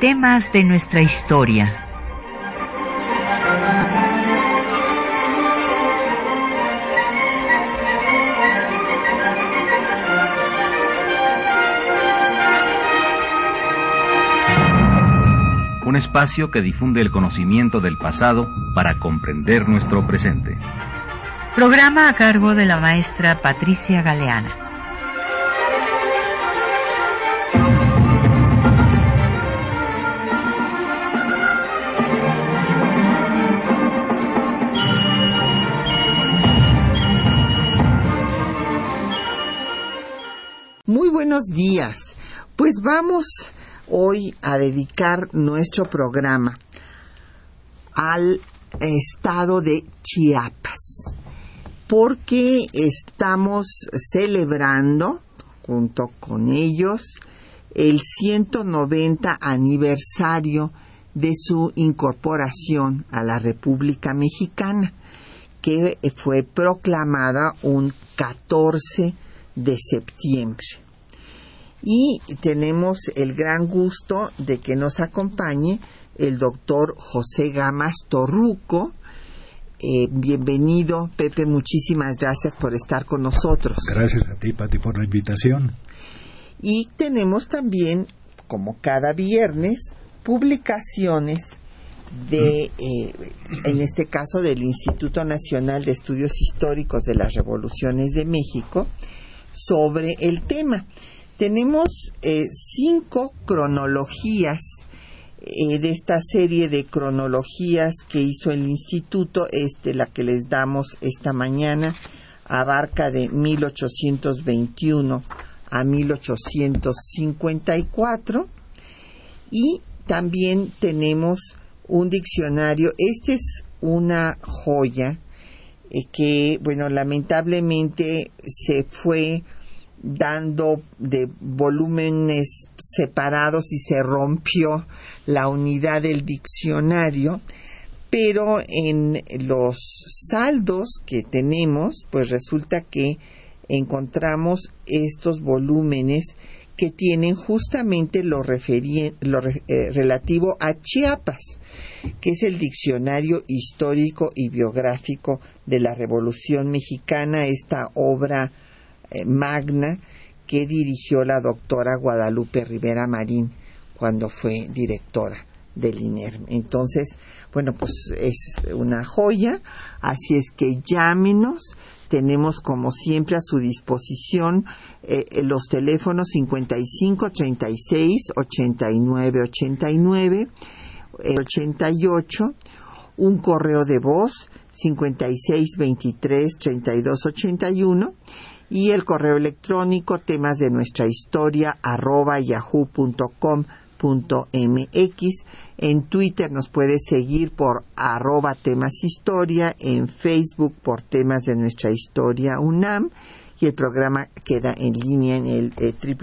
Temas de nuestra historia. Un espacio que difunde el conocimiento del pasado para comprender nuestro presente. Programa a cargo de la maestra Patricia Galeana. Muy buenos días. Pues vamos hoy a dedicar nuestro programa al estado de Chiapas, porque estamos celebrando, junto con ellos, el 190 aniversario de su incorporación a la República Mexicana, que fue proclamada un 14 de septiembre. Y tenemos el gran gusto de que nos acompañe el doctor José Gamas Torruco. Bienvenido, Pepe, muchísimas gracias por estar con nosotros. Gracias a ti, Pati, por la invitación. Y tenemos también, como cada viernes, publicaciones de, en este caso, del Instituto Nacional de Estudios Históricos de las Revoluciones de México, sobre el tema. Tenemos 5 cronologías de esta serie de cronologías que hizo el instituto. La que les damos esta mañana abarca de 1821 a 1854, y también tenemos un diccionario. Este es una joya que, bueno, lamentablemente se fue dando de volúmenes separados y se rompió la unidad del diccionario, pero en los saldos que tenemos, pues resulta que encontramos estos volúmenes que tienen justamente lo relativo a Chiapas, que es el Diccionario Histórico y Biográfico de la Revolución Mexicana, esta obra magna que dirigió la doctora Guadalupe Rivera Marín cuando fue directora del INERM. Entonces, bueno, pues es una joya, así es que llámenos. Tenemos, como siempre, a su disposición los teléfonos 55 36 89 89 88, un correo de voz 56 23 32 81, y el correo electrónico temas de nuestra historia @yahoo.com.mx. En Twitter nos puede seguir por @temashistoria, en Facebook por Temas de Nuestra Historia UNAM, y el programa queda en línea en el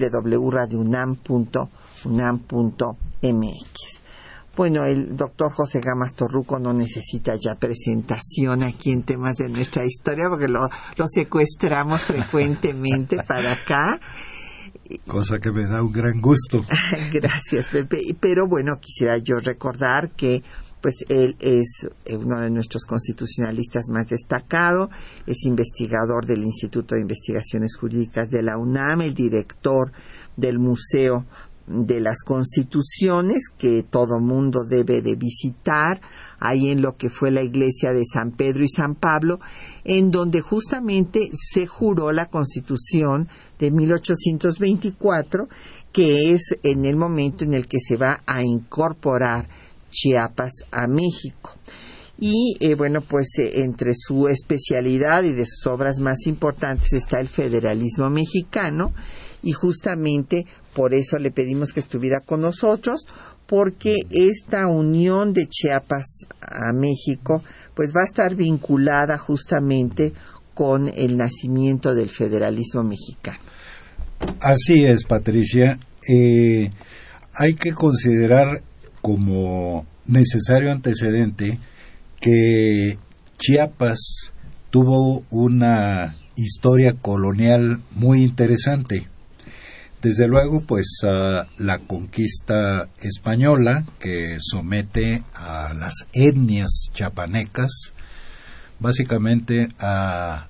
www.radiounam.unam.mx. Bueno, el doctor José Gamas Torruco no necesita ya presentación aquí en Temas de Nuestra Historia, porque lo secuestramos frecuentemente para acá. Cosa que me da un gran gusto. Gracias, Pepe. Pero bueno, quisiera yo recordar que pues él es uno de nuestros constitucionalistas más destacado, es investigador del Instituto de Investigaciones Jurídicas de la UNAM, el director del Museo de las Constituciones, que todo mundo debe de visitar, ahí en lo que fue la iglesia de San Pedro y San Pablo, en donde justamente se juró la Constitución de 1824, que es en el momento en el que se va a incorporar Chiapas a México. Y bueno, pues entre su especialidad y de sus obras más importantes está el federalismo mexicano, y justamente por eso le pedimos que estuviera con nosotros, porque esta unión de Chiapas a México pues va a estar vinculada justamente con el nacimiento del federalismo mexicano. Así es, Patricia. Hay que considerar como necesario antecedente que Chiapas tuvo una historia colonial muy interesante. Desde luego, pues la conquista española, que somete a las etnias chiapanecas, básicamente al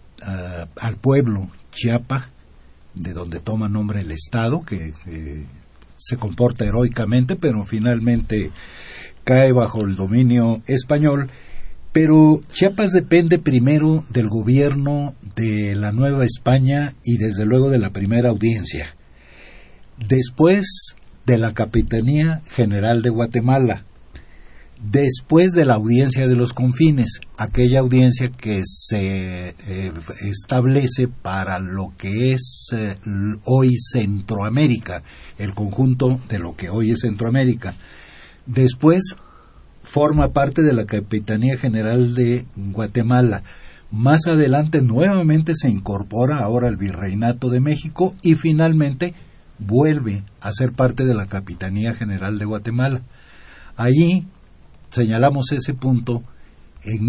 pueblo Chiapa, de donde toma nombre el Estado, que se comporta heroicamente, pero finalmente cae bajo el dominio español. Pero Chiapas depende primero del gobierno de la Nueva España y desde luego de la primera audiencia. Después de la Capitanía General de Guatemala, después de la Audiencia de los Confines, aquella audiencia que se establece para lo que es hoy Centroamérica, el conjunto de lo que hoy es Centroamérica. Después forma parte de la Capitanía General de Guatemala. Más adelante nuevamente se incorpora ahora al Virreinato de México y finalmente vuelve a ser parte de la Capitanía General de Guatemala. Allí señalamos ese punto en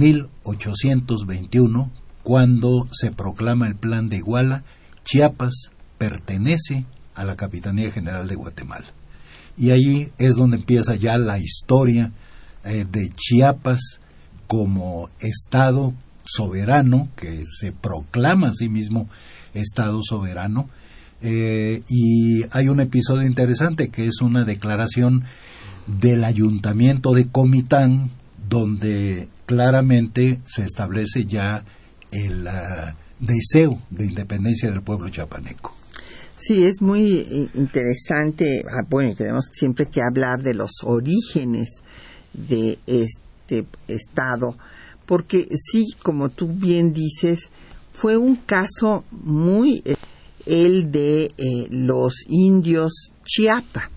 1821, cuando se proclama el Plan de Iguala. Chiapas pertenece a la Capitanía General de Guatemala. Y allí es donde empieza ya la historia de Chiapas como Estado soberano, que se proclama a sí mismo Estado soberano. Y hay un episodio interesante que es una declaración del Ayuntamiento de Comitán, donde claramente se establece ya el deseo de independencia del pueblo chiapaneco. Sí, es muy interesante. Bueno, tenemos siempre que hablar de los orígenes de este Estado, porque sí, como tú bien dices, fue un caso muy el de los indios Chiapa,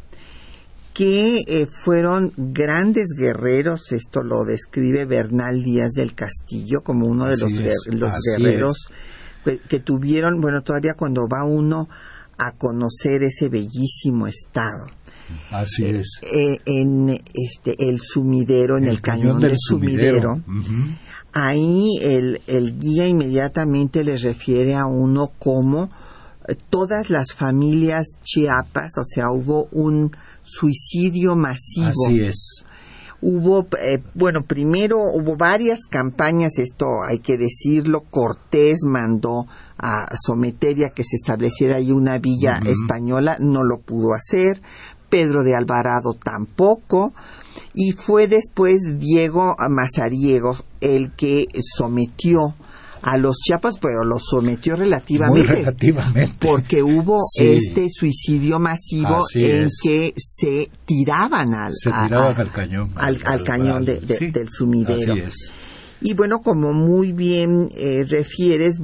que fueron grandes guerreros. Esto lo describe Bernal Díaz del Castillo como uno de los guerreros que tuvieron, bueno, todavía cuando va uno a conocer ese bellísimo estado. Así es. En el sumidero, en el cañón del sumidero. Uh-huh. Ahí el guía inmediatamente le refiere a uno como todas las familias Chiapas, o sea, hubo un suicidio masivo. Así es. Hubo, primero hubo varias campañas, esto hay que decirlo. Cortés mandó a someter y a que se estableciera ahí una villa española, no lo pudo hacer. Pedro de Alvarado tampoco, y fue después Diego Mazariego el que sometió a los Chiapas, pero los sometió relativamente, porque hubo este suicidio masivo que se tiraban al cañón, al cañón del sumidero. Así es. Y bueno, como muy bien refieres,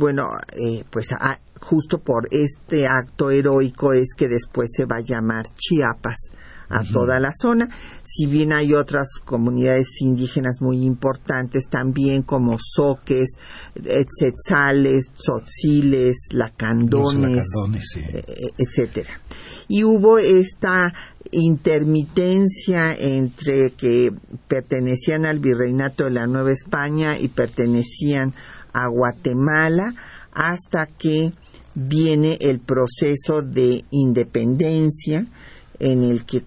justo por este acto heroico es que después se va a llamar Chiapas a toda la zona. Si bien hay otras comunidades indígenas muy importantes también, como Zoques, Tzetzales, Tzotziles, Lacandones, etcétera. Y hubo esta intermitencia entre que pertenecían al Virreinato de la Nueva España y pertenecían a Guatemala, hasta que viene el proceso de independencia, en el que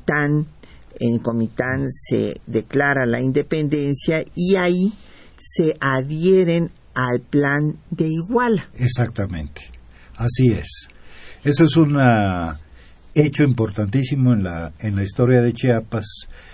en Comitán se declara la independencia y ahí se adhieren al Plan de Iguala. Exactamente, así es. Eso es un hecho importantísimo en la historia de Chiapas,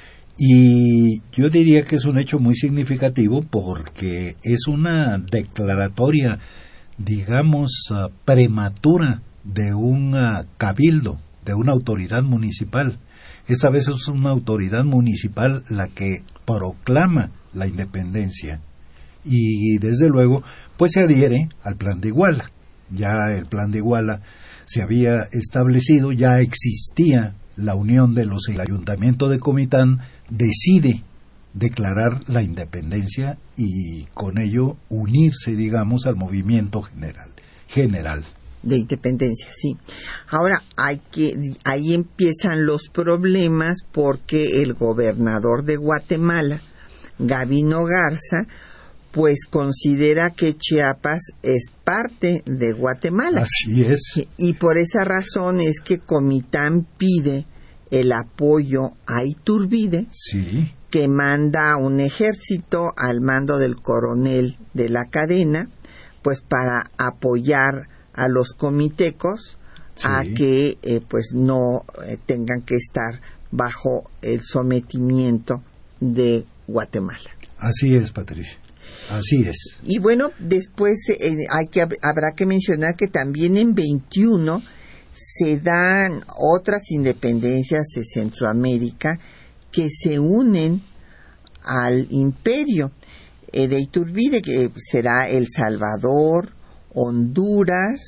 y yo diría que es un hecho muy significativo porque es una declaratoria, digamos, prematura de un cabildo, de una autoridad municipal. Esta vez es una autoridad municipal la que proclama la independencia, y desde luego pues se adhiere al Plan de Iguala. Ya el Plan de Iguala se había establecido, ya existía la unión de el Ayuntamiento de Comitán decide declarar la independencia y con ello unirse, digamos, al movimiento general de independencia, sí. Ahora ahí empiezan los problemas, porque el gobernador de Guatemala, Gabino Garza, pues considera que Chiapas es parte de Guatemala. Así es. Y por esa razón es que Comitán pide el apoyo a Iturbide, sí, que manda un ejército al mando del coronel de la Cadena, pues para apoyar a los comitecos, sí, a que pues no tengan que estar bajo el sometimiento de Guatemala. Así es, Patricia. Así es. Y bueno, después habrá que mencionar que también en 21 se dan otras independencias de Centroamérica que se unen al imperio de Iturbide, que será El Salvador, Honduras,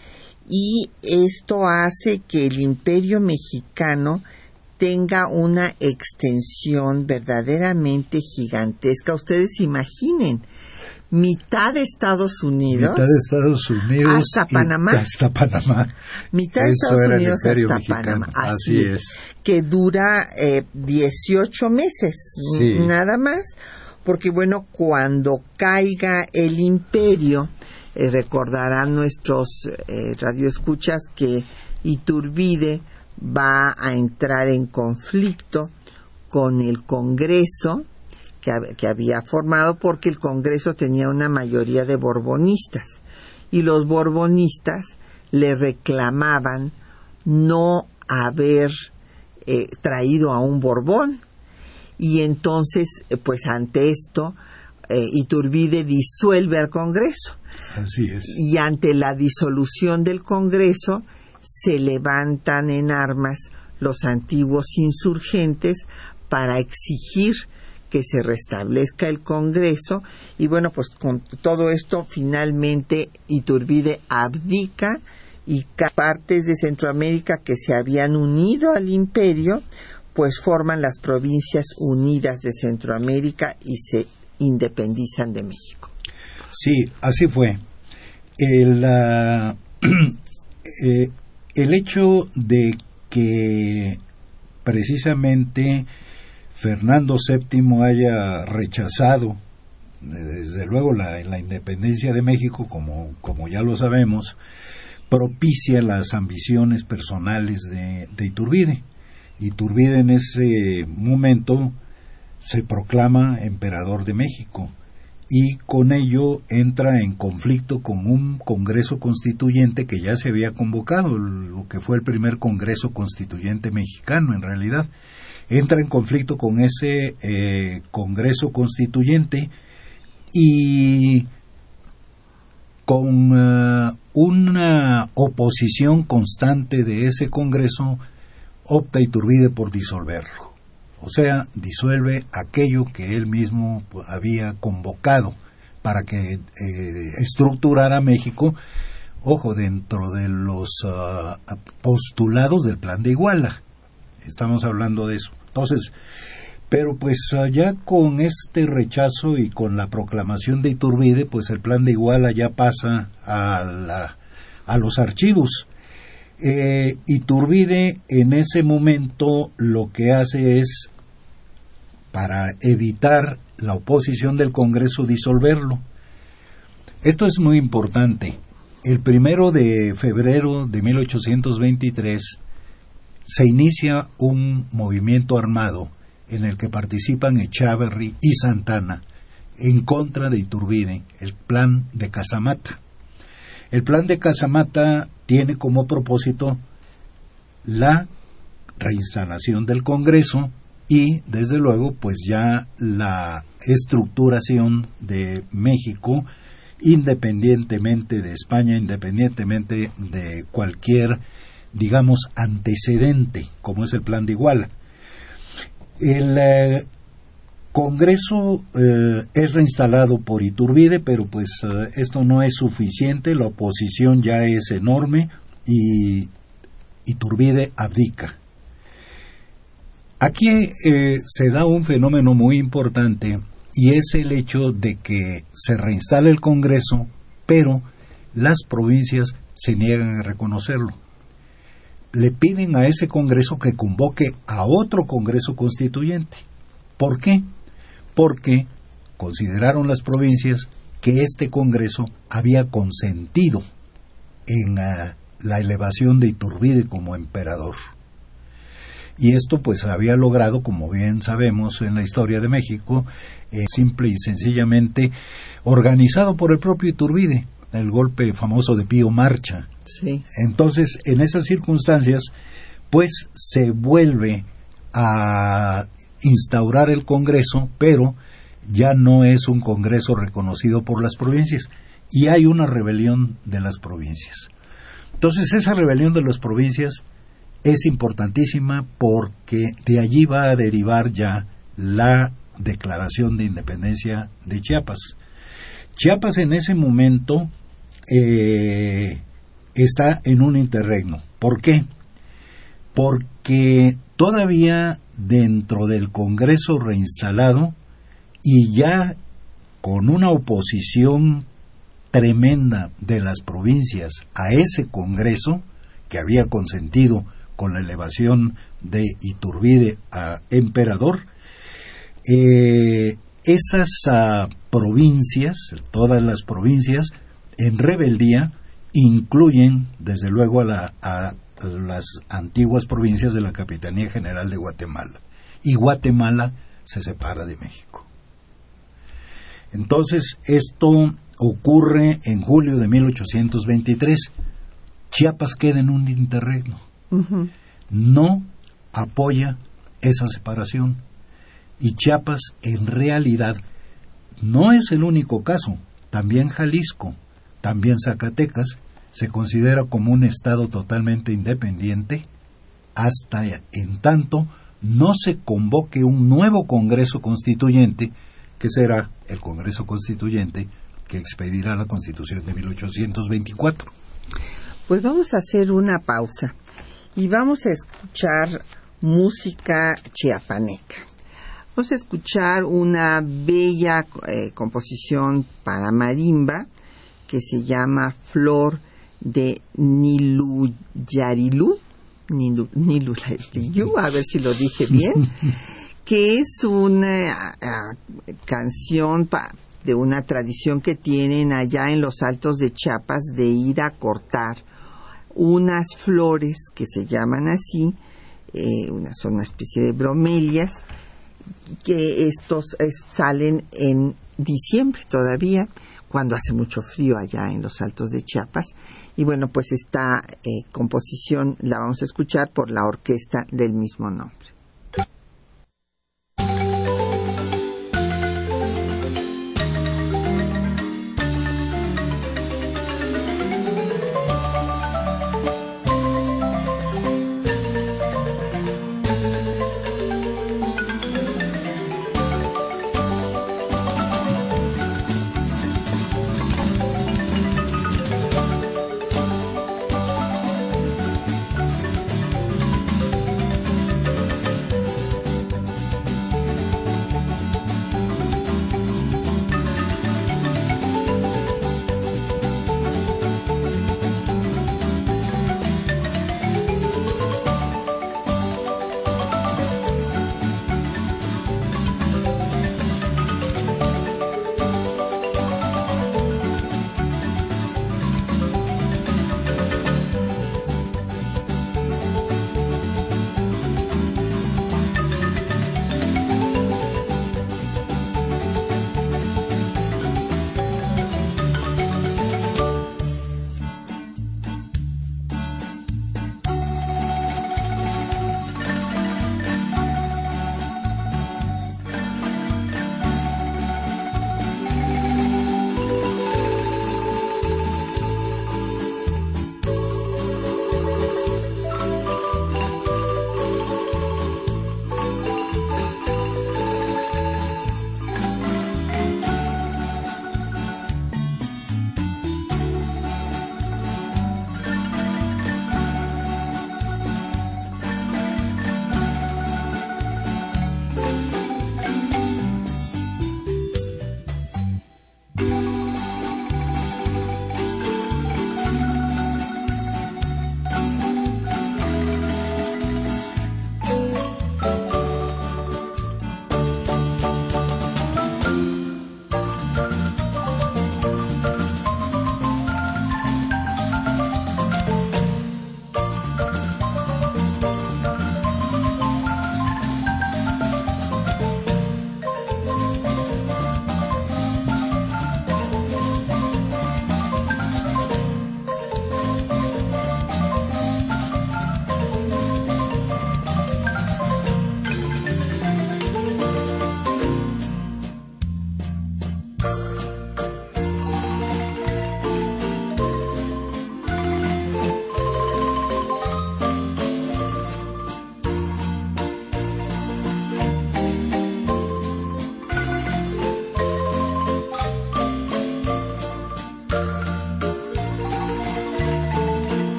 y esto hace que el imperio mexicano tenga una extensión verdaderamente gigantesca. Ustedes imaginen, mitad de Estados Unidos hasta Panamá. Mitad de Estados Unidos hasta Panamá. Así es. Que dura 18 meses, sí, nada más. Porque bueno, cuando caiga el imperio, recordarán nuestros radioescuchas que Iturbide va a entrar en conflicto con el Congreso que había formado, porque el Congreso tenía una mayoría de borbonistas y los borbonistas le reclamaban no haber traído a un Borbón, y entonces pues ante esto Iturbide disuelve al Congreso. Así es. Y ante la disolución del Congreso se levantan en armas los antiguos insurgentes para exigir que se restablezca el Congreso, y bueno, pues con todo esto finalmente Iturbide abdica y partes de Centroamérica que se habían unido al imperio pues forman las Provincias Unidas de Centroamérica y se independizan de México. Sí, así fue. El hecho de que precisamente Fernando VII haya rechazado desde luego la independencia de México, como ya lo sabemos, propicia las ambiciones personales de Iturbide. Iturbide en ese momento se proclama emperador de México y con ello entra en conflicto con un Congreso Constituyente que ya se había convocado, lo que fue el primer Congreso Constituyente mexicano en realidad. Entra en conflicto con ese Congreso Constituyente y con una oposición constante de ese Congreso opta Iturbide por disolverlo. O sea, disuelve aquello que él mismo había convocado para que estructurara México, ojo, dentro de los postulados del Plan de Iguala. Estamos hablando de eso. Entonces, pero pues ya con este rechazo y con la proclamación de Iturbide, pues el Plan de Iguala ya pasa a los archivos. Iturbide en ese momento lo que hace es, para evitar la oposición del Congreso, disolverlo. Esto es muy importante. El 1 de febrero de 1823 se inicia un movimiento armado en el que participan Echaverri y Santana en contra de Iturbide, el Plan de Casamata. El Plan de Casamata tiene como propósito la reinstalación del Congreso y, desde luego, pues ya la estructuración de México, independientemente de España, independientemente de cualquier, digamos, antecedente, como es el Plan de Iguala. El Congreso es reinstalado por Iturbide, pero pues esto no es suficiente, la oposición ya es enorme y Iturbide abdica. Aquí se da un fenómeno muy importante y es el hecho de que se reinstala el Congreso, pero las provincias se niegan a reconocerlo. Le piden a ese Congreso que convoque a otro Congreso Constituyente. ¿Por qué? Porque consideraron las provincias que este Congreso había consentido en la elevación de Iturbide como emperador. Y esto pues había logrado, como bien sabemos en la historia de México, simple y sencillamente organizado por el propio Iturbide, el golpe famoso de Pío Marcha. Sí. Entonces, en esas circunstancias, pues se vuelve a instaurar el Congreso, pero ya no es un Congreso reconocido por las provincias, y hay una rebelión de las provincias. Entonces, esa rebelión de las provincias es importantísima porque de allí va a derivar ya la declaración de independencia de Chiapas. Chiapas en ese momento está en un interregno. ¿Por qué? Porque todavía dentro del Congreso reinstalado y ya con una oposición tremenda de las provincias a ese Congreso que había consentido con la elevación de Iturbide a emperador, esas provincias, todas las provincias en rebeldía, incluyen desde luego a las antiguas provincias de la Capitanía General de Guatemala, y Guatemala se separa de México. Entonces esto ocurre en julio de 1823. Chiapas queda en un interregno. Uh-huh. No apoya esa separación, y Chiapas en realidad no es el único caso. También Jalisco, también Zacatecas se considera como un estado totalmente independiente hasta en tanto no se convoque un nuevo Congreso Constituyente, que será el Congreso Constituyente que expedirá la Constitución de 1824. Pues vamos a hacer una pausa y vamos a escuchar música chiapaneca. Vamos a escuchar una bella composición para marimba que se llama Flor de Niluyarilu, a ver si lo dije bien, que es una canción de una tradición que tienen allá en los Altos de Chiapas de ir a cortar unas flores que se llaman así, son una especie de bromelias, que estos salen en diciembre todavía, cuando hace mucho frío allá en los Altos de Chiapas. Y bueno, pues esta composición la vamos a escuchar por la orquesta del mismo nombre.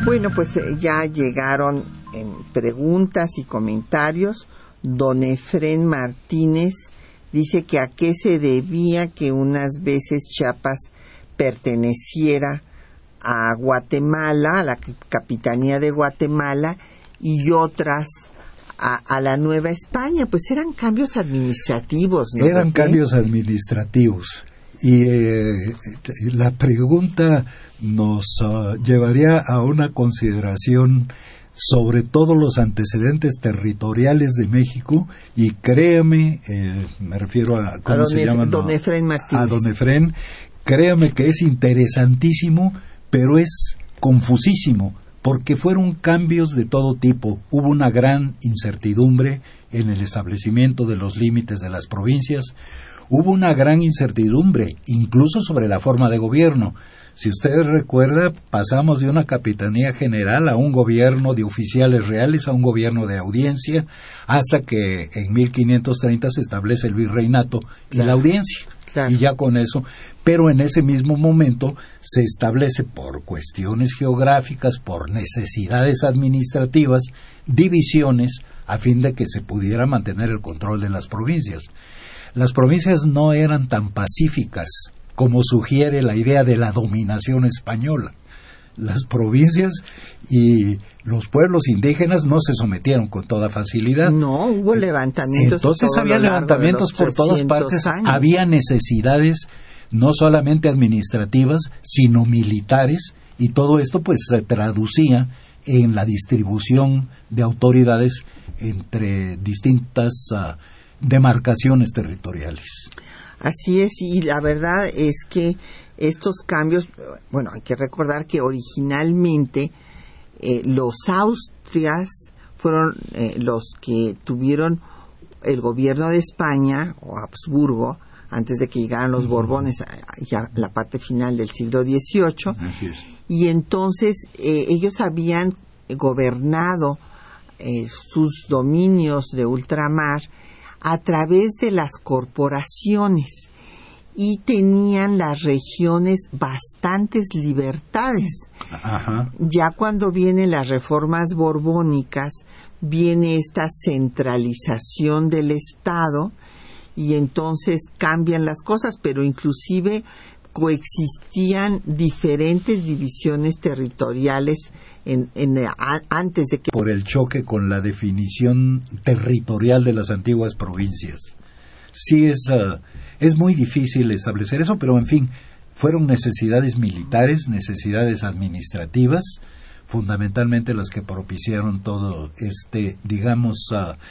Bueno, pues ya llegaron preguntas y comentarios. Don Efrén Martínez dice que a qué se debía que unas veces Chiapas perteneciera a Guatemala, a la Capitanía de Guatemala, y otras a la Nueva España. Pues eran cambios administrativos, ¿no? Eran cambios administrativos. Y la pregunta nos llevaría a una consideración sobre todos los antecedentes territoriales de México, y créame, me refiero a ¿cómo se llama? Don Efrén Martínez. A don Efrén, créame que es interesantísimo, pero es confusísimo, porque fueron cambios de todo tipo. Hubo una gran incertidumbre en el establecimiento de los límites de las provincias. Hubo una gran incertidumbre, incluso sobre la forma de gobierno. Si usted recuerda, pasamos de una capitanía general a un gobierno de oficiales reales, a un gobierno de audiencia, hasta que en 1530 se establece el virreinato y la audiencia. Claro. Y ya con eso, pero en ese mismo momento se establece, por cuestiones geográficas, por necesidades administrativas, divisiones a fin de que se pudiera mantener el control de las provincias. Las provincias no eran tan pacíficas como sugiere la idea de la dominación española. Las provincias y los pueblos indígenas no se sometieron con toda facilidad. No, hubo levantamientos. Entonces había levantamientos por todas partes. Años. Había necesidades no solamente administrativas, sino militares, y todo esto pues se traducía en la distribución de autoridades entre distintas demarcaciones territoriales. Así es, y la verdad es que estos cambios, bueno, hay que recordar que originalmente los Austrias fueron los que tuvieron el gobierno de España, o Habsburgo, antes de que llegaran los Borbones, ya la parte final del siglo XVIII. Así es. Y entonces ellos habían gobernado sus dominios de ultramar a través de las corporaciones, y tenían las regiones bastantes libertades. Ajá. Ya cuando vienen las reformas borbónicas, viene esta centralización del Estado, y entonces cambian las cosas, pero inclusive coexistían diferentes divisiones territoriales antes de que... Por el choque con la definición territorial de las antiguas provincias. Sí, es muy difícil establecer eso, pero en fin, fueron necesidades militares, necesidades administrativas, fundamentalmente las que propiciaron todo este, digamos,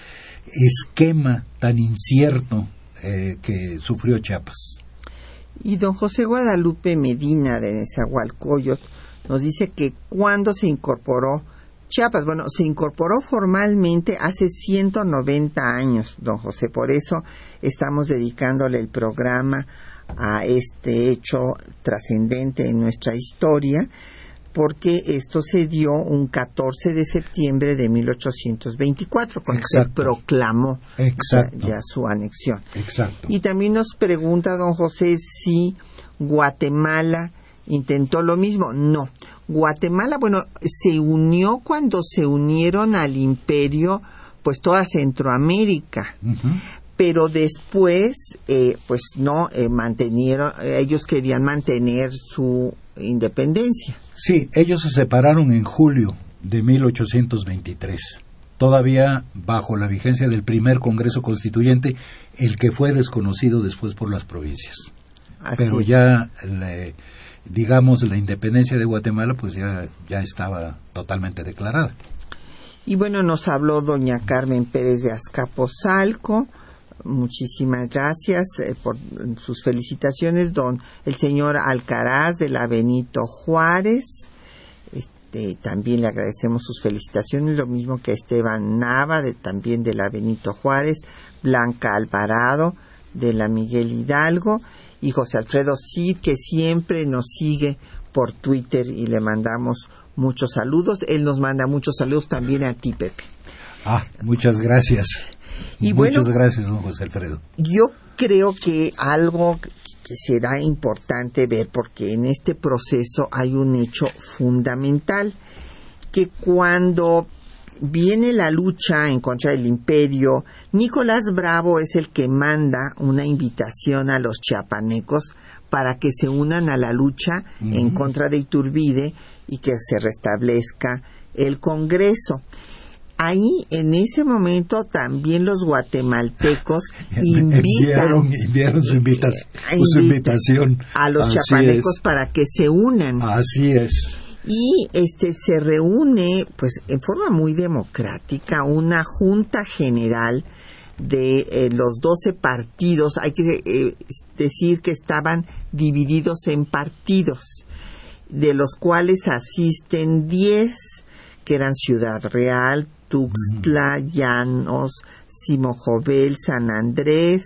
esquema tan incierto que sufrió Chiapas. Y don José Guadalupe Medina de Nezahualcóyotl nos dice que cuando se incorporó Chiapas, bueno, se incorporó formalmente hace 190 años, don José, por eso estamos dedicándole el programa a este hecho trascendente en nuestra historia, porque esto se dio un 14 de septiembre de 1824, cuando se proclamó ya su anexión. Exacto. Y también nos pregunta don José si Guatemala intentó lo mismo. No, Guatemala, bueno, se unió cuando se unieron al imperio, pues toda Centroamérica. Uh-huh. Pero después, pues no, ellos querían mantener su independencia. Sí, ellos se separaron en julio de 1823, todavía bajo la vigencia del primer Congreso Constituyente, el que fue desconocido después por las provincias. Así pero es. Ya, digamos, la independencia de Guatemala, pues ya estaba totalmente declarada. Y bueno, nos habló doña Carmen Pérez de Azcapotzalco. Muchísimas gracias por sus felicitaciones, el señor Alcaraz de la Benito Juárez, también le agradecemos sus felicitaciones, lo mismo que Esteban Nava también de la Benito Juárez, Blanca Alvarado de la Miguel Hidalgo, y José Alfredo Cid, que siempre nos sigue por Twitter, y le mandamos muchos saludos. Él nos manda muchos saludos también a ti, Pepe. Muchas gracias. Y muchas bueno, gracias, don José Alfredo. Yo creo que algo que será importante ver, porque en este proceso hay un hecho fundamental, que cuando viene la lucha en contra del imperio, Nicolás Bravo es el que manda una invitación a los chiapanecos para que se unan a la lucha en contra de Iturbide y que se restablezca el Congreso. Ahí, en ese momento, también los guatemaltecos enviaron su invitación a los chiapanecos para que se unan. Así es. Y se reúne, pues, en forma muy democrática, una junta general de los 12 partidos. Hay que decir que estaban divididos en partidos, de los cuales asisten 10, que eran Ciudad Real, Tuxtla, Llanos, Simojovel, San Andrés,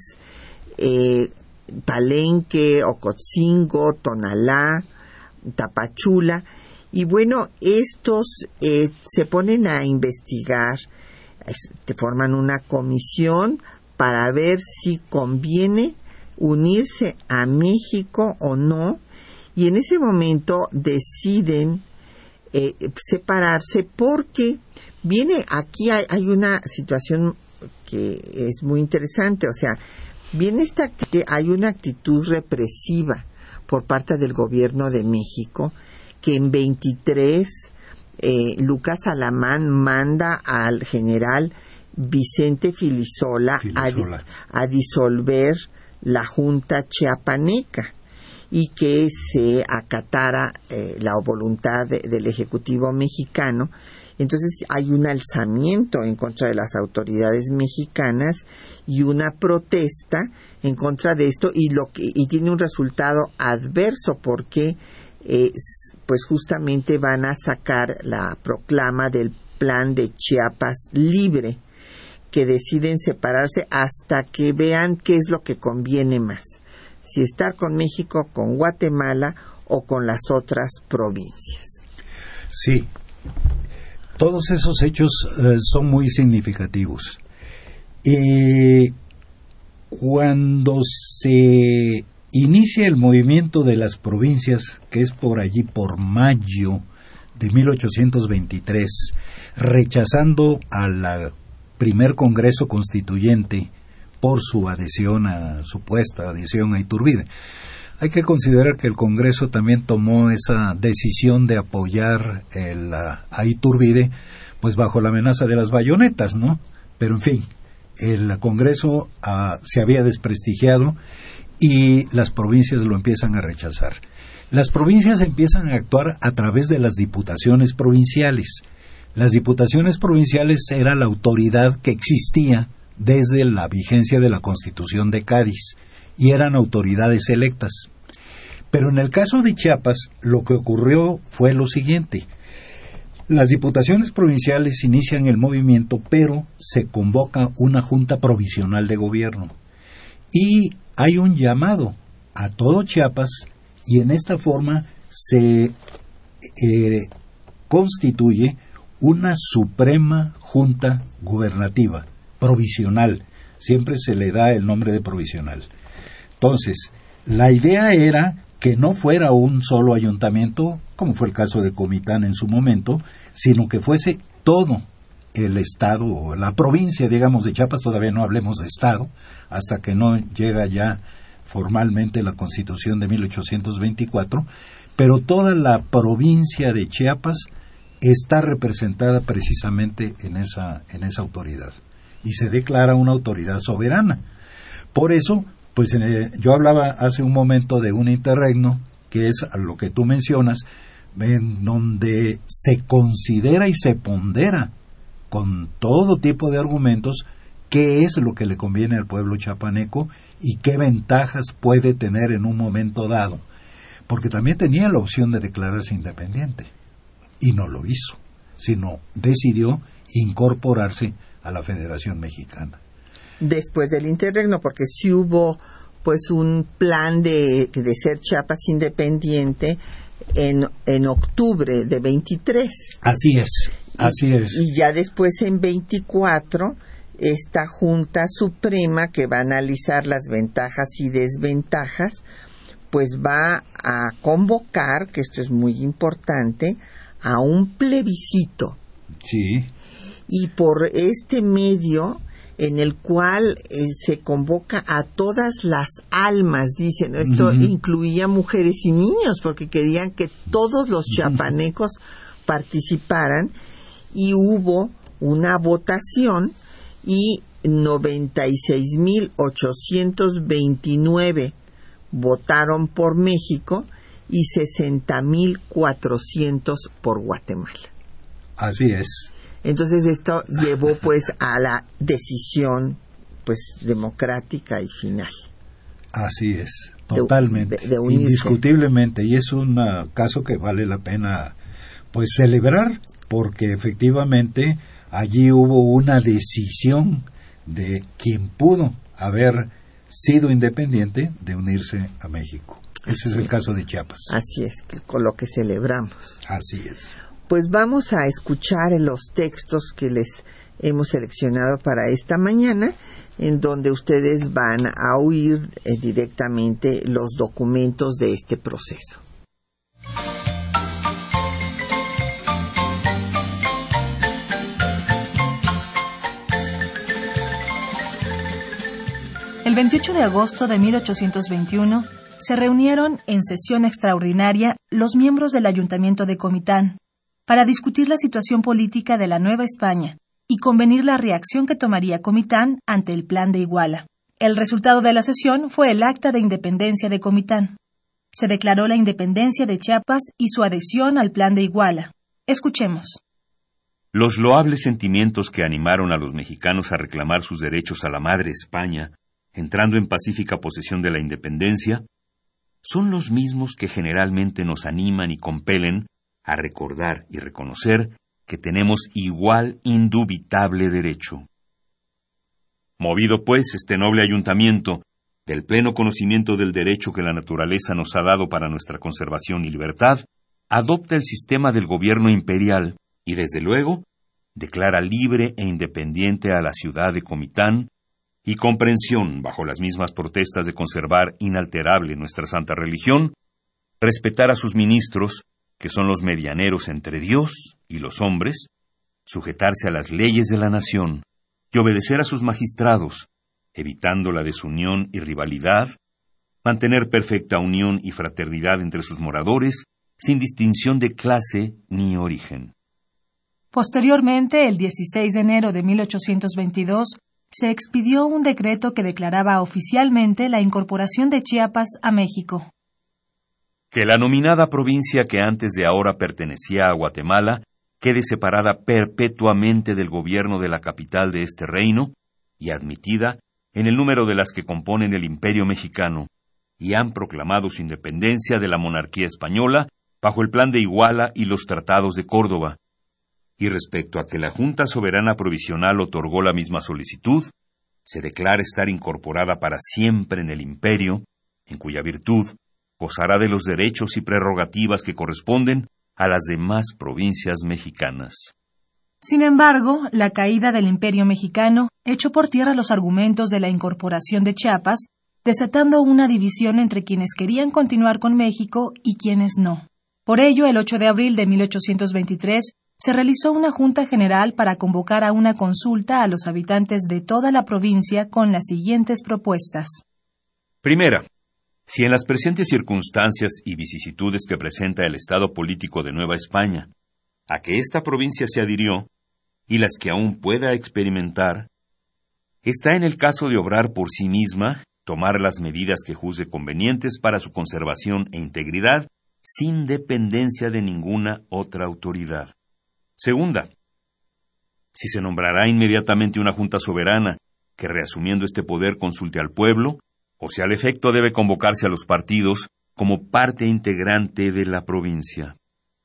Palenque, Ocotzingo, Tonalá, Tapachula. Y bueno, estos se ponen a investigar, forman una comisión para ver si conviene unirse a México o no, y en ese momento deciden separarse porque aquí hay una situación que es muy interesante, o sea, hay una actitud represiva por parte del gobierno de México, que en 23 Lucas Alamán manda al general Vicente Filisola. A disolver la Junta Chiapaneca y que se acatara la voluntad del Ejecutivo mexicano. Entonces hay un alzamiento en contra de las autoridades mexicanas y una protesta en contra de esto, y tiene un resultado adverso porque pues justamente van a sacar la proclama del Plan de Chiapas Libre, que deciden separarse hasta que vean qué es lo que conviene más, si estar con México, con Guatemala o con las otras provincias. Sí, todos esos hechos son muy significativos. Cuando se inicia el movimiento de las provincias, que es por allí, por mayo de 1823, rechazando al primer Congreso Constituyente por su supuesta adhesión a Iturbide. Hay que considerar que el Congreso también tomó esa decisión de apoyar a Iturbide, pues bajo la amenaza de las bayonetas, ¿no? Pero en fin, el Congreso se había desprestigiado y las provincias lo empiezan a rechazar. Las provincias empiezan a actuar a través de las diputaciones provinciales. Las diputaciones provinciales era la autoridad que existía desde la vigencia de la Constitución de Cádiz y eran autoridades electas. Pero en el caso de Chiapas, lo que ocurrió fue lo siguiente. Las diputaciones provinciales inician el movimiento, pero se convoca una junta provisional de gobierno. Y hay un llamado a todo Chiapas, y en esta forma se constituye una suprema junta gubernativa, provisional. Siempre se le da el nombre de provisional. Entonces, la idea era que no fuera un solo ayuntamiento, como fue el caso de Comitán en su momento, sino que fuese todo el estado o la provincia, digamos, de Chiapas. Todavía no hablemos de estado, hasta que no llega ya formalmente la Constitución de 1824, pero toda la provincia de Chiapas está representada precisamente en esa autoridad, y se declara una autoridad soberana. Por eso, pues yo hablaba hace un momento de un interregno, que es lo que tú mencionas, en donde se considera y se pondera con todo tipo de argumentos qué es lo que le conviene al pueblo chiapaneco y qué ventajas puede tener en un momento dado, porque también tenía la opción de declararse independiente, y no lo hizo, sino decidió incorporarse a la Federación Mexicana. Después del interregno, porque sí hubo pues un plan de ser Chiapas independiente en octubre de 23. Así es. Y ya después en 24, esta Junta Suprema, que va a analizar las ventajas y desventajas, pues va a convocar, que esto es muy importante, a un plebiscito. Sí. Y por este medio en el cual se convoca a todas las almas, dicen, esto incluía mujeres y niños, porque querían que todos los chiapanecos participaran, y hubo una votación y 96,829 votaron por México y 60,400 por Guatemala. Así es. Entonces esto llevó pues a la decisión pues democrática y final. Así es, totalmente, de unirse. Indiscutiblemente, y es un caso que vale la pena pues celebrar, porque efectivamente allí hubo una decisión de quien pudo haber sido independiente de unirse a México. Ese es el caso de Chiapas. Así es, con lo que celebramos. Así es. Pues vamos a escuchar los textos que les hemos seleccionado para esta mañana, en donde ustedes van a oír directamente los documentos de este proceso. El 28 de agosto de 1821 se reunieron en sesión extraordinaria los miembros del Ayuntamiento de Comitán para discutir la situación política de la Nueva España y convenir la reacción que tomaría Comitán ante el Plan de Iguala. El resultado de la sesión fue el Acta de Independencia de Comitán. Se declaró la independencia de Chiapas y su adhesión al Plan de Iguala. Escuchemos. Los loables sentimientos que animaron a los mexicanos a reclamar sus derechos a la madre España, entrando en pacífica posesión de la independencia, son los mismos que generalmente nos animan y compelen a recordar y reconocer que tenemos igual indubitable derecho. Movido, pues, este noble ayuntamiento del pleno conocimiento del derecho que la naturaleza nos ha dado para nuestra conservación y libertad, adopta el sistema del gobierno imperial y, desde luego, declara libre e independiente a la ciudad de Comitán, y comprensión, bajo las mismas protestas de conservar inalterable nuestra santa religión, respetar a sus ministros, que son los medianeros entre Dios y los hombres, sujetarse a las leyes de la nación y obedecer a sus magistrados, evitando la desunión y rivalidad, mantener perfecta unión y fraternidad entre sus moradores, sin distinción de clase ni origen. Posteriormente, el 16 de enero de 1822, se expidió un decreto que declaraba oficialmente la incorporación de Chiapas a México. Que la nominada provincia que antes de ahora pertenecía a Guatemala quede separada perpetuamente del gobierno de la capital de este reino y admitida en el número de las que componen el Imperio mexicano, y han proclamado su independencia de la monarquía española bajo el Plan de Iguala y los Tratados de Córdoba. Y respecto a que la Junta Soberana Provisional otorgó la misma solicitud, se declara estar incorporada para siempre en el imperio, en cuya virtud gozará de los derechos y prerrogativas que corresponden a las demás provincias mexicanas. Sin embargo, la caída del Imperio mexicano echó por tierra los argumentos de la incorporación de Chiapas, desatando una división entre quienes querían continuar con México y quienes no. Por ello, el 8 de abril de 1823, se realizó una Junta General para convocar a una consulta a los habitantes de toda la provincia con las siguientes propuestas. Primera, si en las presentes circunstancias y vicisitudes que presenta el estado político de Nueva España, a que esta provincia se adhirió, y las que aún pueda experimentar, está en el caso de obrar por sí misma, tomar las medidas que juzgue convenientes para su conservación e integridad, sin dependencia de ninguna otra autoridad. Segunda, si se nombrará inmediatamente una Junta Soberana, que reasumiendo este poder consulte al pueblo, o si al efecto debe convocarse a los partidos como parte integrante de la provincia.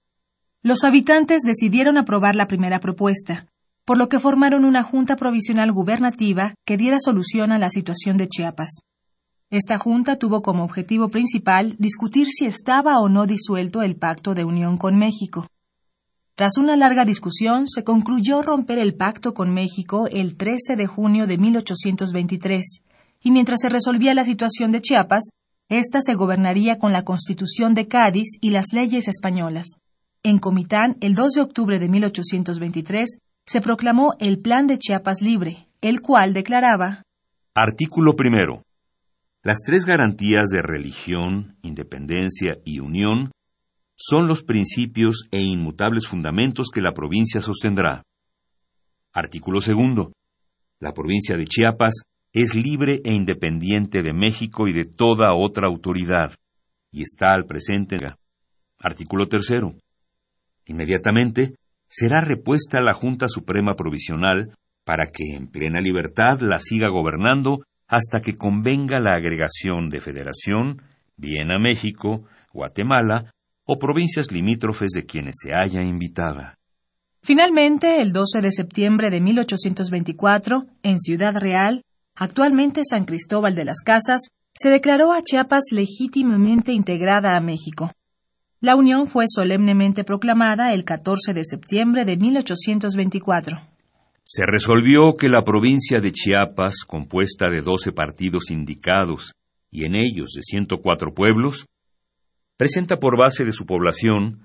Los habitantes decidieron aprobar la primera propuesta, por lo que formaron una Junta Provisional Gubernativa que diera solución a la situación de Chiapas. Esta junta tuvo como objetivo principal discutir si estaba o no disuelto el pacto de unión con México. Tras una larga discusión, se concluyó romper el pacto con México el 13 de junio de 1823, y mientras se resolvía la situación de Chiapas, ésta se gobernaría con la Constitución de Cádiz y las leyes españolas. en Comitán, el 2 de octubre de 1823, se proclamó el Plan de Chiapas Libre, el cual declaraba: Artículo primero. Las tres garantías de religión, independencia y unión son los principios e inmutables fundamentos que la provincia sostendrá. Artículo segundo. La provincia de Chiapas es libre e independiente de México y de toda otra autoridad, y está al presente. Artículo tercero. Inmediatamente será repuesta la Junta Suprema Provisional para que en plena libertad la siga gobernando hasta que convenga la agregación de federación, bien a México, Guatemala o provincias limítrofes de quienes se haya invitada. Finalmente, el 12 de septiembre de 1824, en Ciudad Real, actualmente San Cristóbal de las Casas, se declaró a Chiapas legítimamente integrada a México. La unión fue solemnemente proclamada el 14 de septiembre de 1824. Se resolvió que la provincia de Chiapas, compuesta de 12 partidos indicados y en ellos de 104 pueblos, presenta por base de su población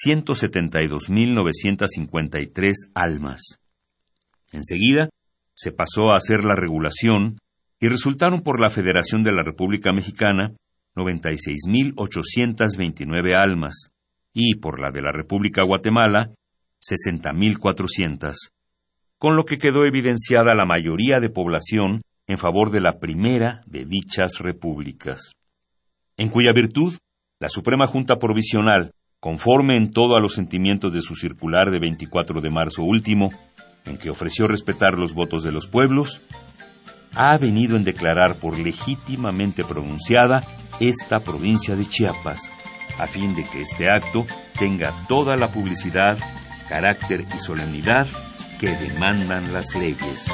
172.953 almas. Enseguida, se pasó a hacer la regulación y resultaron por la Federación de la República Mexicana 96.829 almas y por la de la República Guatemala 60.400, con lo que quedó evidenciada la mayoría de población en favor de la primera de dichas repúblicas, en cuya virtud la Suprema Junta Provisional, conforme en todo a los sentimientos de su circular de 24 de marzo último, en que ofreció respetar los votos de los pueblos, ha venido en declarar por legítimamente pronunciada esta provincia de Chiapas, a fin de que este acto tenga toda la publicidad, carácter y solemnidad que demandan las leyes.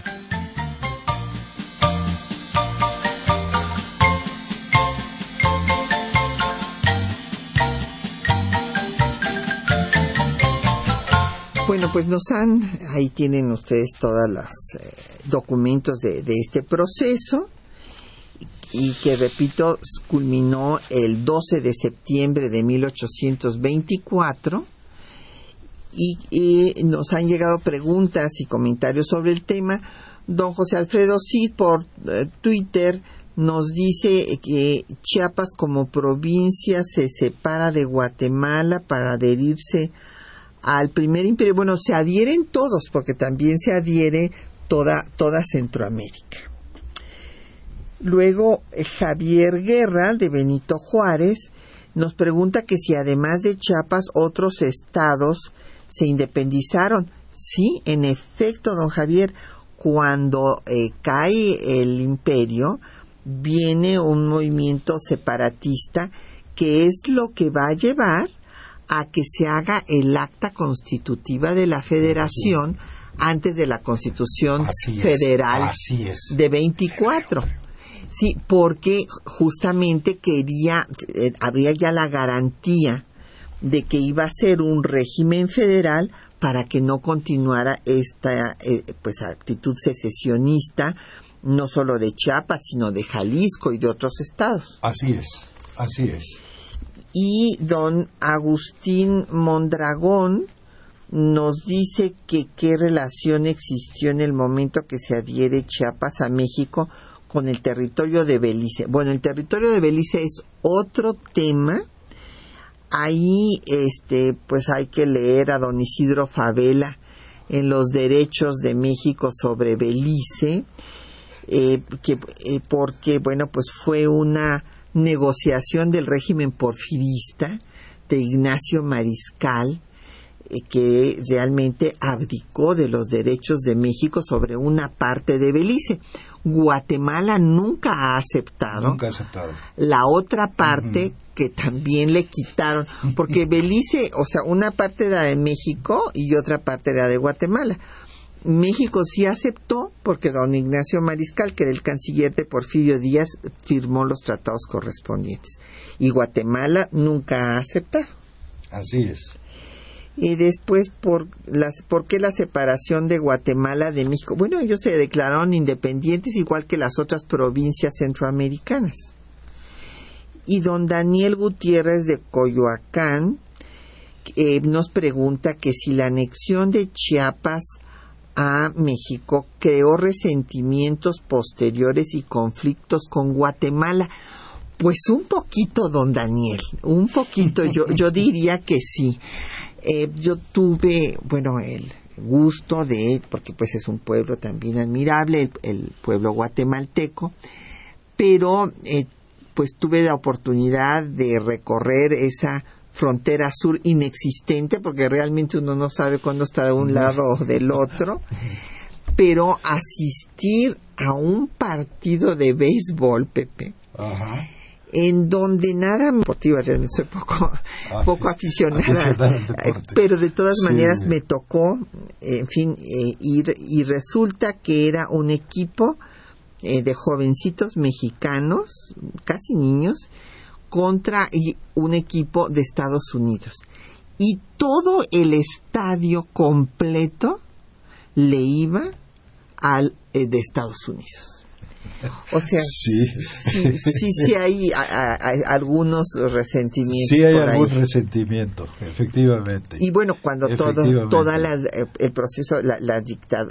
Bueno, pues ahí tienen ustedes todos los documentos de este proceso, y que, repito, culminó el 12 de septiembre de 1824, y nos han llegado preguntas y comentarios sobre el tema. Don José Alfredo Cid, por Twitter, nos dice que Chiapas como provincia se separa de Guatemala para adherirse al primer imperio. Bueno, se adhieren todos, porque también se adhiere toda Centroamérica. Luego, Javier Guerra, de Benito Juárez, nos pregunta que si además de Chiapas otros estados se independizaron. Sí, en efecto, don Javier, cuando cae el imperio, viene un movimiento separatista que es lo que va a llevar a que se haga el acta constitutiva de la federación antes de la Constitución Federal de 24. Sí, porque justamente habría ya la garantía de que iba a ser un régimen federal para que no continuara esta actitud secesionista, no solo de Chiapas, sino de Jalisco y de otros estados. Así es. Y don Agustín Mondragón nos dice que qué relación existió en el momento que se adhiere Chiapas a México con el territorio de Belice. Bueno, el territorio de Belice es otro tema. Ahí pues hay que leer a don Isidro Favela en Los Derechos de México sobre Belice, porque bueno, pues fue una negociación del régimen porfirista de Ignacio Mariscal, que realmente abdicó de los derechos de México sobre una parte de Belice. Guatemala nunca ha aceptado la otra parte que también le quitaron, porque Belice, o sea, una parte era de México y otra parte era de Guatemala. México sí aceptó porque don Ignacio Mariscal, que era el canciller de Porfirio Díaz, firmó los tratados correspondientes, y Guatemala nunca ha aceptado. Así es. Y después, ¿por qué la separación de Guatemala de México? Bueno, ellos se declararon independientes igual que las otras provincias centroamericanas. Y don Daniel Gutiérrez de Coyoacán, nos pregunta que si la anexión de Chiapas a México creó resentimientos posteriores y conflictos con Guatemala. Pues un poquito, don Daniel, un poquito, yo diría que sí. Yo tuve, el gusto porque pues es un pueblo también admirable, el pueblo guatemalteco, pero pues tuve la oportunidad de recorrer esa frontera sur inexistente, porque realmente uno no sabe cuándo está de un lado o del otro, pero asistir a un partido de béisbol, Pepe, Ajá. en donde nada deportiva, realmente soy poco aficionada, pero de todas maneras me tocó, ir, y resulta que era un equipo de jovencitos mexicanos, casi niños, contra un equipo de Estados Unidos. Y todo el estadio completo le iba al de Estados Unidos. O sea, sí hay algunos resentimientos. Sí hay por algún ahí. Resentimiento, efectivamente. Y bueno, cuando el proceso, de las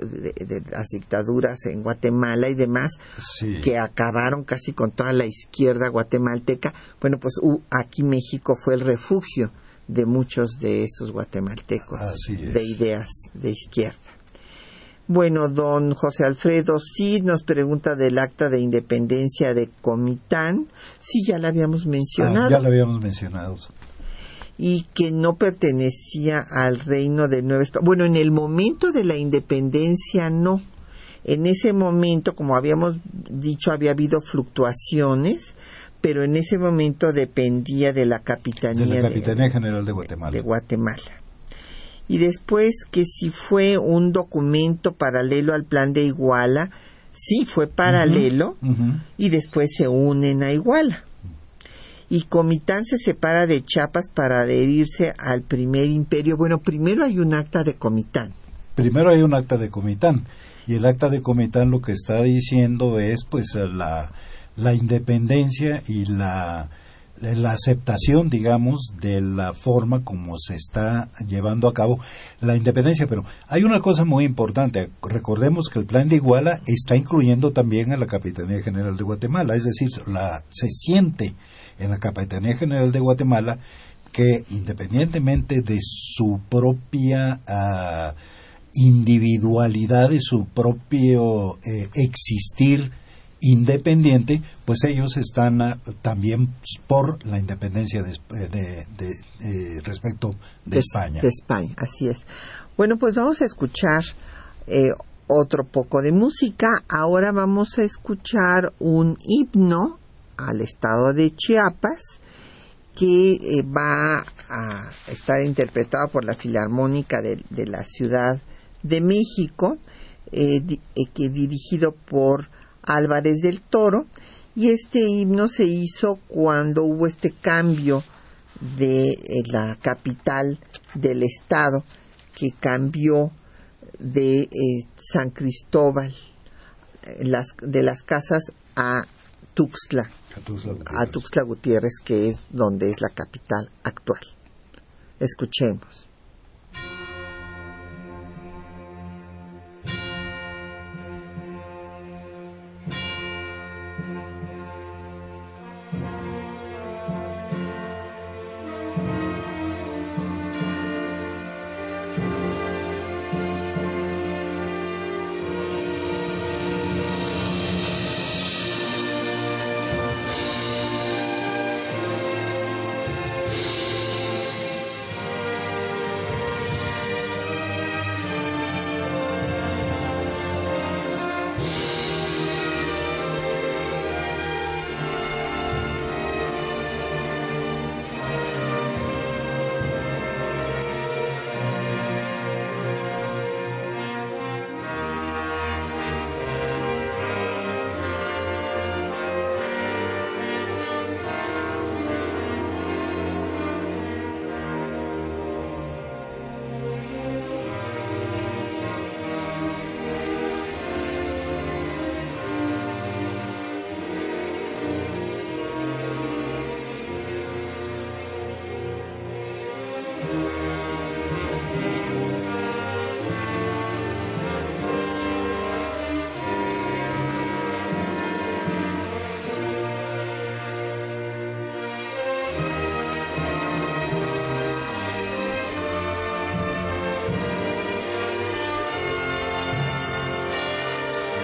dictaduras en Guatemala y demás, que acabaron casi con toda la izquierda guatemalteca, bueno, pues aquí México fue el refugio de muchos de estos guatemaltecos de ideas de izquierda. Bueno, don José Alfredo Cid nos pregunta del acta de independencia de Comitán. Sí, ya la habíamos mencionado. Ya la habíamos mencionado. Y que no pertenecía al reino de Nueva España. Bueno, en el momento de la independencia no. En ese momento, como habíamos dicho, había habido fluctuaciones, pero en ese momento dependía de la Capitanía General de Guatemala. Y después que si fue un documento paralelo al Plan de Iguala, sí fue paralelo, y después se unen a Iguala. Y Comitán se separa de Chiapas para adherirse al primer imperio. Bueno, primero hay un acta de Comitán. Y el acta de Comitán lo que está diciendo es pues la independencia y la aceptación, digamos, de la forma como se está llevando a cabo la independencia. Pero hay una cosa muy importante. Recordemos que el Plan de Iguala está incluyendo también a la Capitanía General de Guatemala. Es decir, se siente en la Capitanía General de Guatemala que, independientemente de su propia individualidad, de su propio existir independiente, pues ellos están también por la independencia respecto de España. De España, así es. Bueno, pues vamos a escuchar otro poco de música. Ahora vamos a escuchar un himno al estado de Chiapas que va a estar interpretado por la Filarmónica de la Ciudad de México, que dirigido por Álvarez del Toro, y este himno se hizo cuando hubo este cambio de la capital del estado, que cambió de San Cristóbal, de las Casas, a Tuxtla Gutiérrez, que es donde es la capital actual. Escuchemos.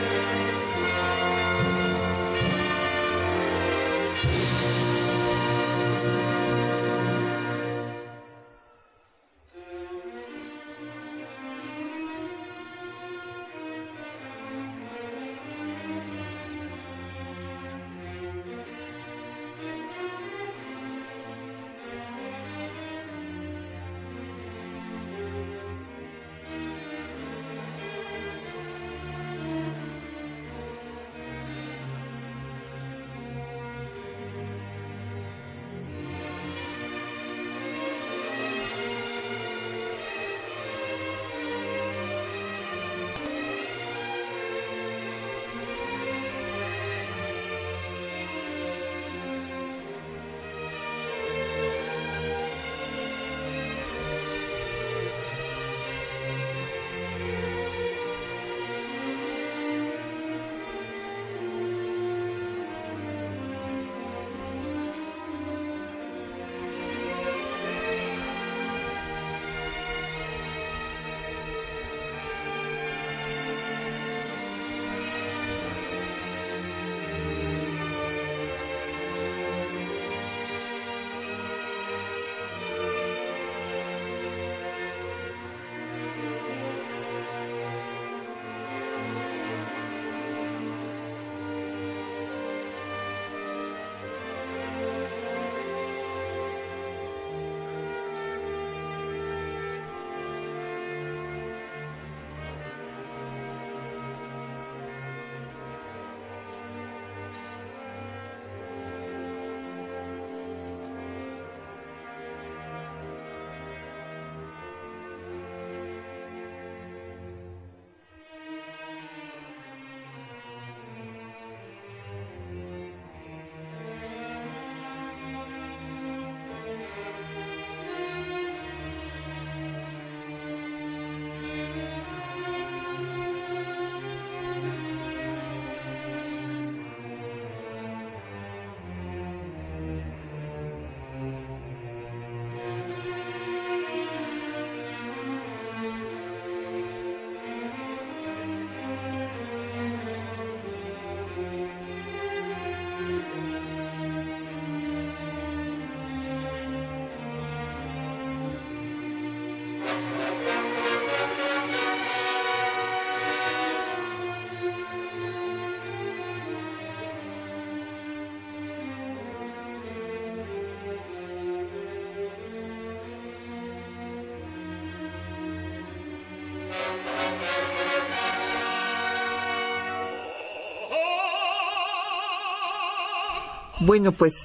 Bueno, pues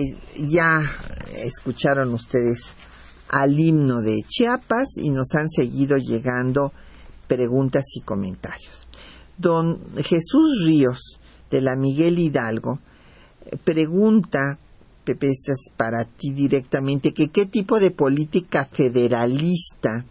ya escucharon ustedes al himno de Chiapas y nos han seguido llegando preguntas y comentarios. Don Jesús Ríos, de la Miguel Hidalgo, pregunta, Pepe, esta es para ti directamente, que qué tipo de política federalista,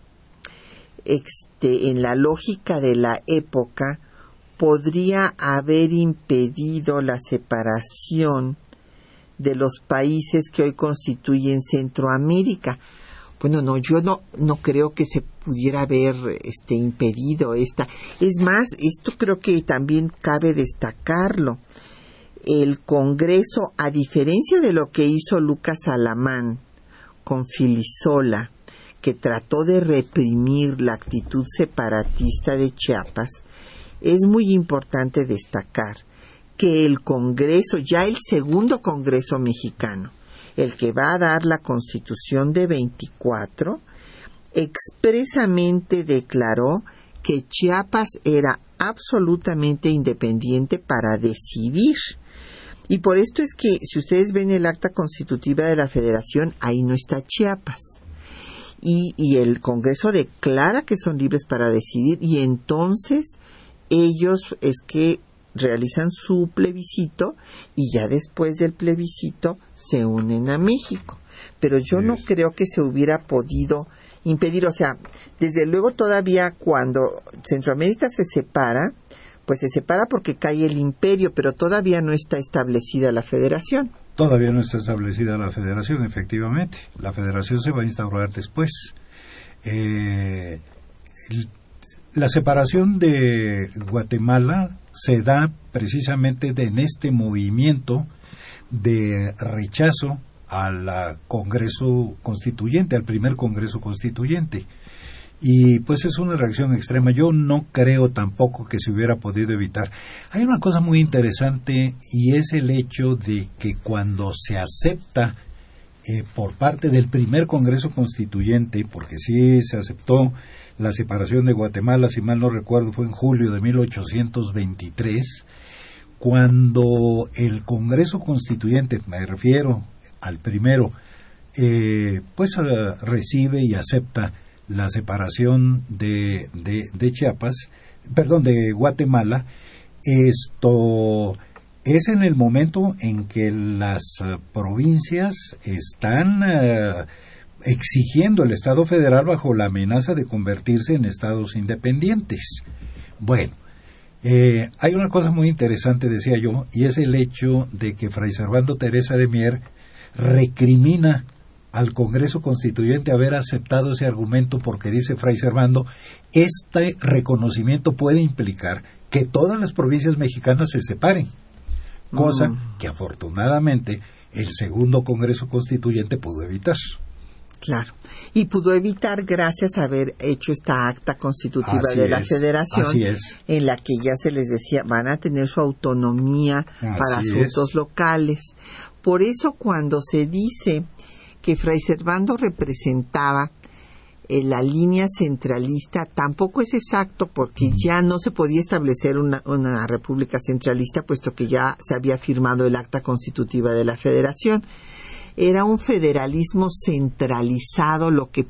en la lógica de la época, podría haber impedido la separación de los países que hoy constituyen Centroamérica. Bueno, no, yo no creo que se pudiera haber impedido esta. Es más, esto creo que también cabe destacarlo. El Congreso, a diferencia de lo que hizo Lucas Alamán con Filisola, que trató de reprimir la actitud separatista de Chiapas, es muy importante destacar que el Congreso, ya el segundo Congreso mexicano, el que va a dar la Constitución de 24, expresamente declaró que Chiapas era absolutamente independiente para decidir. Y por esto es que, si ustedes ven el acta constitutiva de la Federación, ahí no está Chiapas. Y el Congreso declara que son libres para decidir, y entonces ellos es que realizan su plebiscito y ya después del plebiscito se unen a México. Pero yo no creo que se hubiera podido impedir, o sea, desde luego todavía cuando Centroamérica se separa, pues se separa porque cae el imperio, pero todavía no está establecida la federación. Todavía no está establecida la federación, efectivamente. La federación se va a instaurar después. La separación de Guatemala se da precisamente en este movimiento de rechazo al Congreso Constituyente, al primer Congreso Constituyente. Y pues es una reacción extrema. Yo no creo tampoco que se hubiera podido evitar. Hay una cosa muy interesante y es el hecho de que cuando se acepta por parte del primer Congreso Constituyente, porque sí se aceptó la separación de Guatemala, si mal no recuerdo, fue en julio de 1823, cuando el Congreso Constituyente, me refiero al primero, recibe y acepta la separación de Chiapas, perdón, de Guatemala. Esto es en el momento en que las provincias están exigiendo el Estado federal bajo la amenaza de convertirse en estados independientes. Bueno, hay una cosa muy interesante, decía yo, y es el hecho de que Fray Servando Teresa de Mier recrimina al Congreso Constituyente haber aceptado ese argumento, porque dice Fray Servando, este reconocimiento puede implicar que todas las provincias mexicanas se separen, cosa que afortunadamente el segundo Congreso Constituyente pudo evitar. Claro, y pudo evitar gracias a haber hecho esta acta constitutiva de la Federación, en la que ya se les decía, van a tener su autonomía para asuntos locales. Por eso cuando se dice que Fray Servando representaba la línea centralista, tampoco es exacto, porque ya no se podía establecer una república centralista, puesto que ya se había firmado el acta constitutiva de la Federación. Era un federalismo centralizado, lo que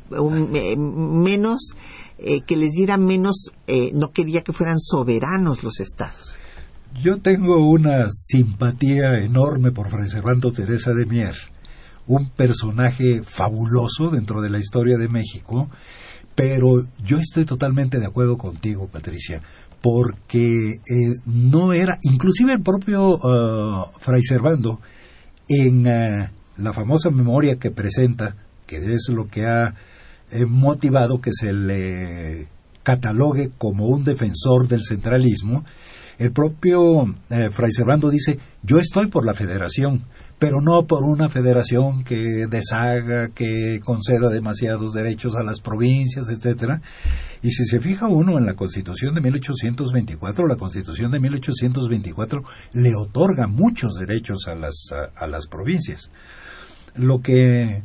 menos que les diera menos, no quería que fueran soberanos los estados. Yo tengo una simpatía enorme por Fray Servando Teresa de Mier, un personaje fabuloso dentro de la historia de México, pero yo estoy totalmente de acuerdo contigo, Patricia, porque no era, inclusive el propio Fray Servando, en la famosa memoria que presenta, que es lo que ha motivado que se le catalogue como un defensor del centralismo, el propio Fray Servando dice, yo estoy por la federación, pero no por una federación que deshaga, que conceda demasiados derechos a las provincias, etcétera. Y si se fija uno en la Constitución de 1824, la Constitución de 1824 le otorga muchos derechos a las provincias. Lo que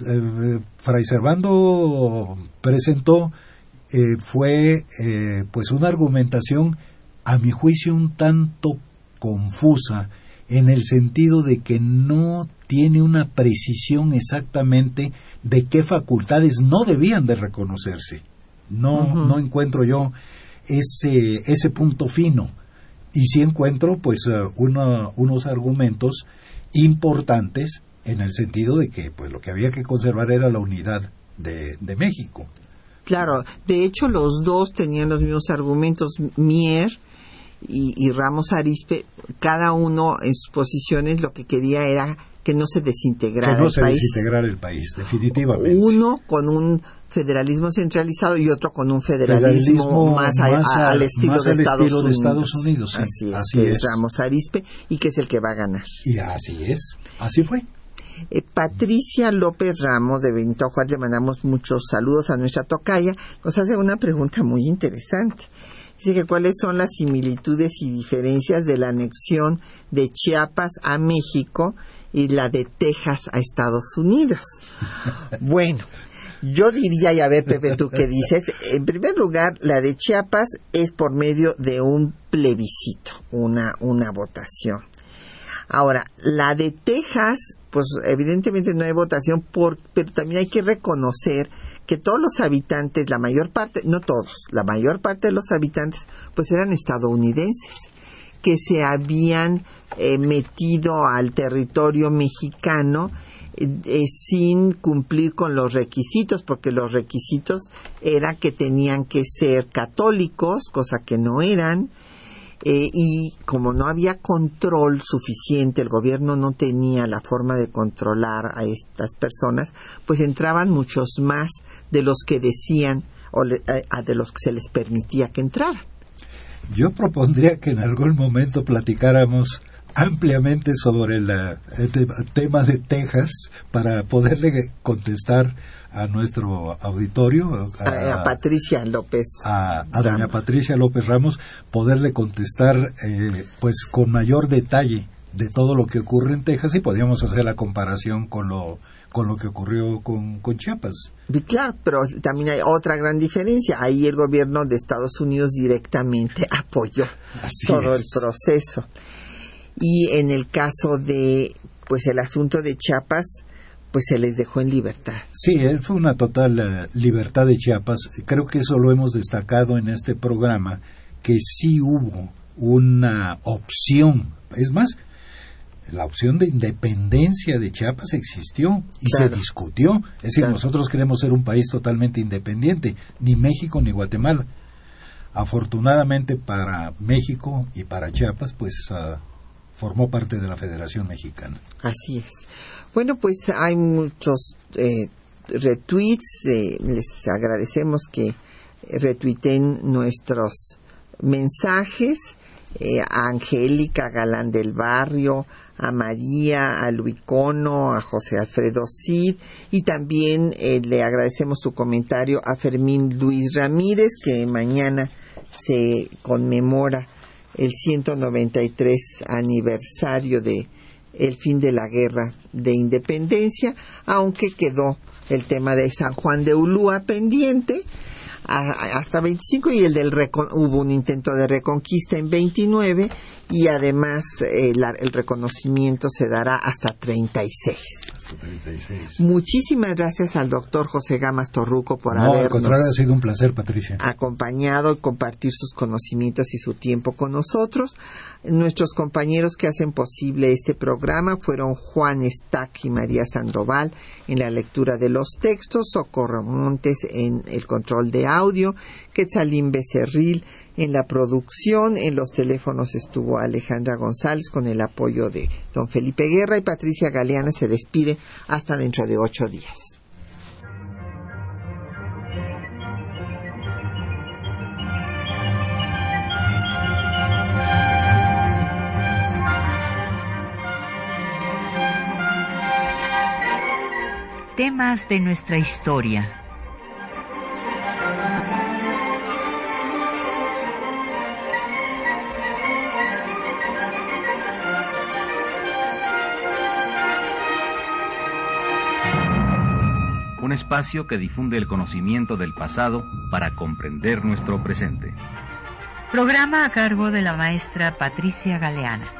Fray Servando presentó fue pues una argumentación, a mi juicio, un tanto confusa, en el sentido de que no tiene una precisión exactamente de qué facultades no debían de reconocerse. No encuentro yo ese punto fino, y sí encuentro pues unos argumentos importantes en el sentido de que pues lo que había que conservar era la unidad de México. Claro, de hecho los dos tenían los mismos argumentos, Mier y Ramos Arizpe, cada uno en sus posiciones lo que quería era que no se desintegrara el país. Que no se desintegrara el país, definitivamente. Uno con un federalismo centralizado y otro con un federalismo más al estilo de Estados Unidos. Sí. Así es. Ramos Arizpe, y que es el que va a ganar. Y así es, así fue. Patricia López Ramos de Benito Juárez, le mandamos muchos saludos a nuestra tocaya, nos hace una pregunta muy interesante. Dice que cuáles son las similitudes y diferencias de la anexión de Chiapas a México y la de Texas a Estados Unidos. Bueno, yo diría, y a ver, Pepe, ¿tú qué dices? En primer lugar, la de Chiapas es por medio de un plebiscito, una votación. Ahora, la de Texas, pues evidentemente no hay votación, pero también hay que reconocer que todos los habitantes, la mayor parte, no todos, la mayor parte de los habitantes, pues eran estadounidenses, que se habían metido al territorio mexicano sin cumplir con los requisitos, porque los requisitos era que tenían que ser católicos, cosa que no eran, y como no había control suficiente, el gobierno no tenía la forma de controlar a estas personas, pues entraban muchos más de los que decían o de los que se les permitía que entraran. Yo propondría que en algún momento platicáramos ampliamente sobre el tema de Texas para poderle contestar a nuestro auditorio, a Patricia López, a doña Patricia López Ramos, poderle contestar pues con mayor detalle de todo lo que ocurre en Texas, y podríamos hacer la comparación con lo que ocurrió con Chiapas. Claro, pero también hay otra gran diferencia. Ahí el gobierno de Estados Unidos directamente apoyó todo el proceso. Y en el caso de, pues, el asunto de Chiapas, pues se les dejó en libertad. Sí, fue una total libertad de Chiapas. Creo que eso lo hemos destacado en este programa, que sí hubo una opción. Es más, la opción de independencia de Chiapas existió y se discutió. Es decir, nosotros queremos ser un país totalmente independiente, ni México ni Guatemala. Afortunadamente para México y para Chiapas, pues formó parte de la Federación Mexicana. Así es. Bueno, pues hay muchos retweets. Les agradecemos que retuiten nuestros mensajes. A Angélica Galán del Barrio, a María, a Luicono, a José Alfredo Cid, y también le agradecemos su comentario a Fermín Luis Ramírez, que mañana se conmemora el 193 aniversario de el fin de la Guerra de Independencia, aunque quedó el tema de San Juan de Ulúa pendiente hasta 25, y hubo un intento de reconquista en 29, y además el reconocimiento se dará hasta 36. Muchísimas gracias al doctor José Gamas Torruco por habernos al contrario, ha sido un placer, Patricia, acompañado y compartir sus conocimientos y su tiempo con nosotros. Nuestros compañeros que hacen posible este programa fueron Juan Stack y María Sandoval en la lectura de los textos, Socorro Montes en el control de audio, Quetzalín Becerril en la producción. En los teléfonos estuvo Alejandra González con el apoyo de don Felipe Guerra, y Patricia Galeana se despide hasta dentro de 8 días. Temas de nuestra historia. Un espacio que difunde el conocimiento del pasado para comprender nuestro presente. Programa a cargo de la maestra Patricia Galeana.